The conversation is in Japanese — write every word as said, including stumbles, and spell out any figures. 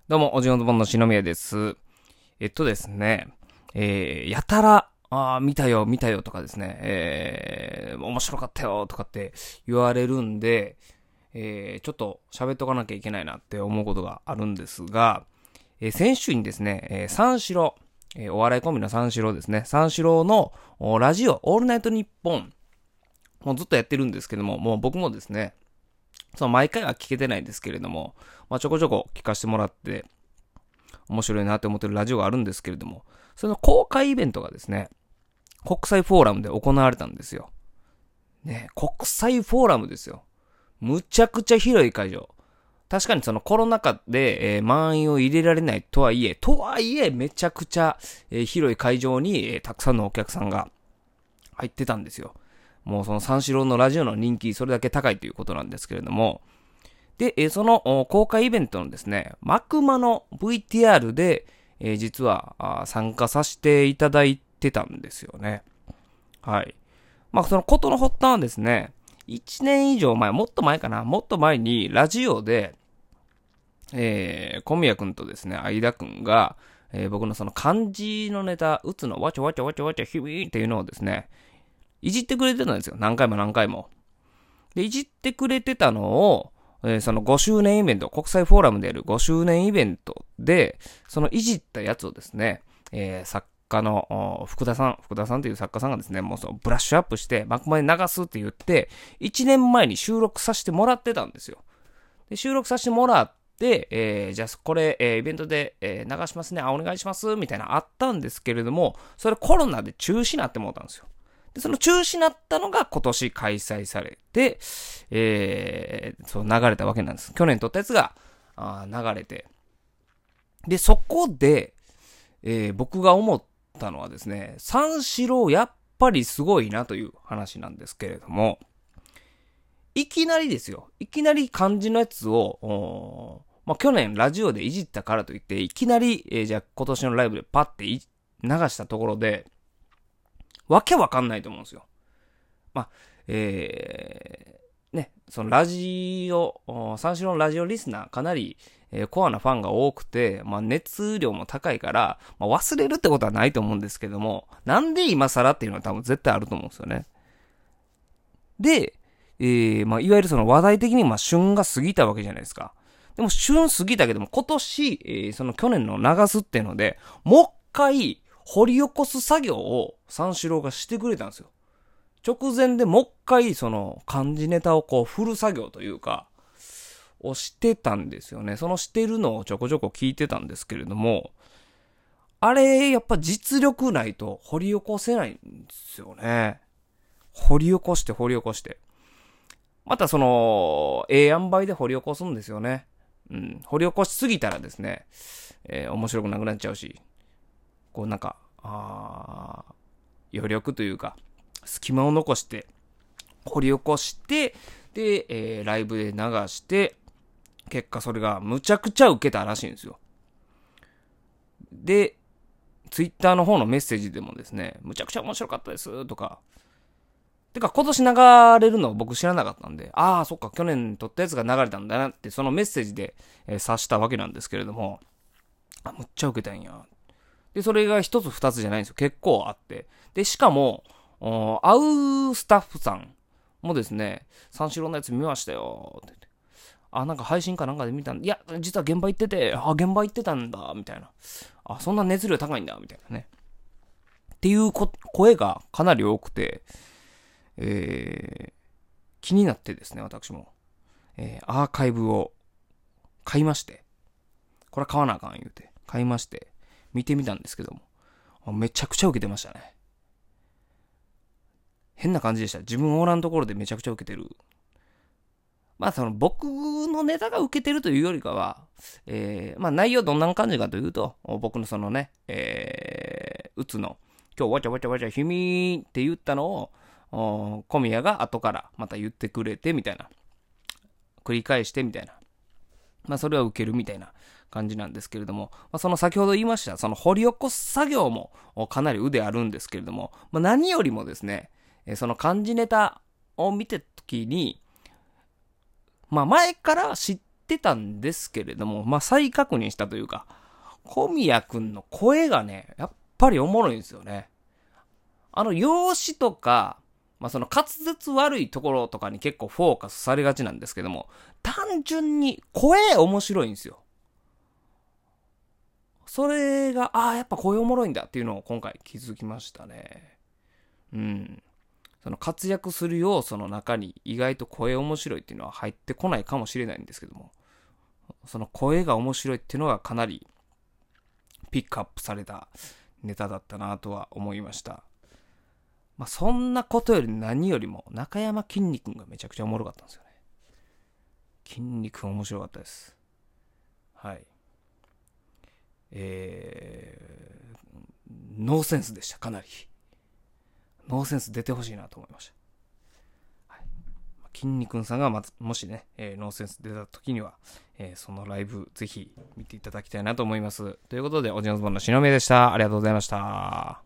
どうも、おじのズボンの篠宮です。えっとですね、えー、やたら、あー見たよ、見たよとかですね、えー、面白かったよとかって言われるんで、えー、ちょっと喋っとかなきゃいけないなって思うことがあるんですが、えー、先週にですね、えー、三四郎、えー、お笑いコンビの三四郎ですね、三四郎のラジオ、オールナイトニッポン、もうずっとやってるんですけども、もう僕もですね、その毎回は聞けてないんですけれども、まあ、ちょこちょこ聞かせてもらって、面白いなって思ってるラジオがあるんですけれども、その公開イベントがですね、国際フォーラムで行われたんですよ。ね、国際フォーラムですよ。むちゃくちゃ広い会場。確かにそのコロナ禍で、えー、満員を入れられないとはいえ、とはいえめちゃくちゃ、えー、広い会場に、えー、たくさんのお客さんが入ってたんですよ。もうその三四郎のラジオの人気、それだけ高いということなんですけれども、で、えー、その公開イベントのですね、マクマの ブイティーアール で、えー、実は参加させていただいてたんですよね。はい。まあ、そのことの発端はですね、いちねん以上前、もっと前かな、もっと前にラジオで、えー、小宮くんとですね、相田くんが、えー、僕のその漢字のネタ、打つの、わちゃわちゃわちゃわちゃひびーっていうのをですね、いじってくれてたんですよ。何回も何回も。で、いじってくれてたのを、えー、そのごしゅうねんイベント、国際フォーラムでやるごしゅうねんイベントで、そのいじったやつをですね、えー、作家の福田さん、福田さんという作家さんがですね、もうそのブラッシュアップして、バックまで流すって言って、いちねんまえに収録させてもらってたんですよ。で、収録させてもらって、えー、じゃあこれ、えー、イベントで、えー、流しますね、あ、お願いします、みたいなあったんですけれども、それコロナで中止になってもらったんですよ。で、その中止になったのが今年開催されて、えー、そう流れたわけなんです。去年撮ったやつがあ流れて。で、そこで、えー、僕が思ったのはですね、三四郎やっぱりすごいなという話なんですけれども、いきなりですよ。いきなり漢字のやつを、まあ、去年ラジオでいじったからといって、いきなり、えー、じゃあ今年のライブでパッて流したところで、わけわかんないと思うんですよ。まあ、えー、ね、そのラジオ、三四郎のラジオリスナーかなり、えー、コアなファンが多くて、まあ、熱量も高いから、まあ、忘れるってことはないと思うんですけども、なんで今更っていうのは多分絶対あると思うんですよね。で、えー、まあ、いわゆるその話題的にまあ旬が過ぎたわけじゃないですか。でも旬過ぎたけども、今年、えー、その去年の流すっていうので、もう一回掘り起こす作業を三四郎がしてくれたんですよ。直前でもう一回その漢字ネタをこう振る作業というか、をしてたんですよね。そのしてるのをちょこちょこ聞いてたんですけれども、あれ、やっぱ実力ないと掘り起こせないんですよね。掘り起こして掘り起こして。またその、ええ塩梅で掘り起こすんですよね。うん。掘り起こしすぎたらですね、えー、面白くなくなっちゃうし、こうなんか、あー余力というか、隙間を残して、掘り起こして、で、えー、ライブで流して、結果それがむちゃくちゃ受けたらしいんですよ。で、ツイッターの方のメッセージでもですね、むちゃくちゃ面白かったですとか、てか今年流れるのを僕知らなかったんで、ああ、そっか、去年撮ったやつが流れたんだなって、そのメッセージで、えー、察したわけなんですけれども、あ、むっちゃ受けたんや。で、それが一つ二つじゃないんですよ。結構あって。で、しかも、会うスタッフさんもですね、三四郎のやつ見ましたよって言って。あ、なんか配信かなんかで見たんいや、実は現場行ってて、あ、現場行ってたんだ、みたいな。あ、そんな熱量高いんだ、みたいなね。っていう声がかなり多くて、えー、気になってですね、私も、えー、アーカイブを買いまして、これ買わなあかん言うて、買いまして、見てみたんですけども、めちゃくちゃ受けてましたね。変な感じでした。自分おらんところでめちゃくちゃ受けてる。まあその僕のネタが受けてるというよりかは、えー、まあ内容どんな感じかというと、僕のそのね、えー、うつの、今日わちゃわちゃわちゃひみーって言ったのを、小宮が後からまた言ってくれてみたいな。繰り返してみたいな。まあそれは受けるみたいな感じなんですけれども、まあ、その先ほど言いました、その掘り起こす作業もかなり腕あるんですけれども、まあ、何よりもですね、その漢字ネタを見てた時に、まあ前から知っってたんですけれども、まあ、再確認したというか、小宮くんの声がね、やっぱりおもろいんですよね。あの、容姿とか、まあ、その滑舌悪いところとかに結構フォーカスされがちなんですけども、単純に声面白いんですよ。それが、ああ、やっぱ声おもろいんだっていうのを今回気づきましたね。うん。その活躍する要素の中に意外と声面白いっていうのは入ってこないかもしれないんですけども、その声が面白いっていうのがかなりピックアップされたネタだったなとは思いました。まあ、そんなことより何よりも中山きんに君がめちゃくちゃおもろかったんですよね。きんに君面白かったです。はい。えー、ノーセンスでした、かなり。ノーセンス出てほしいなと思いました。はい。きんに君さんがまず、もしね、えー、ノーセンス出た時には、えー、そのライブぜひ見ていただきたいなと思います。ということで、おじのずぼんのしのめでした。ありがとうございました。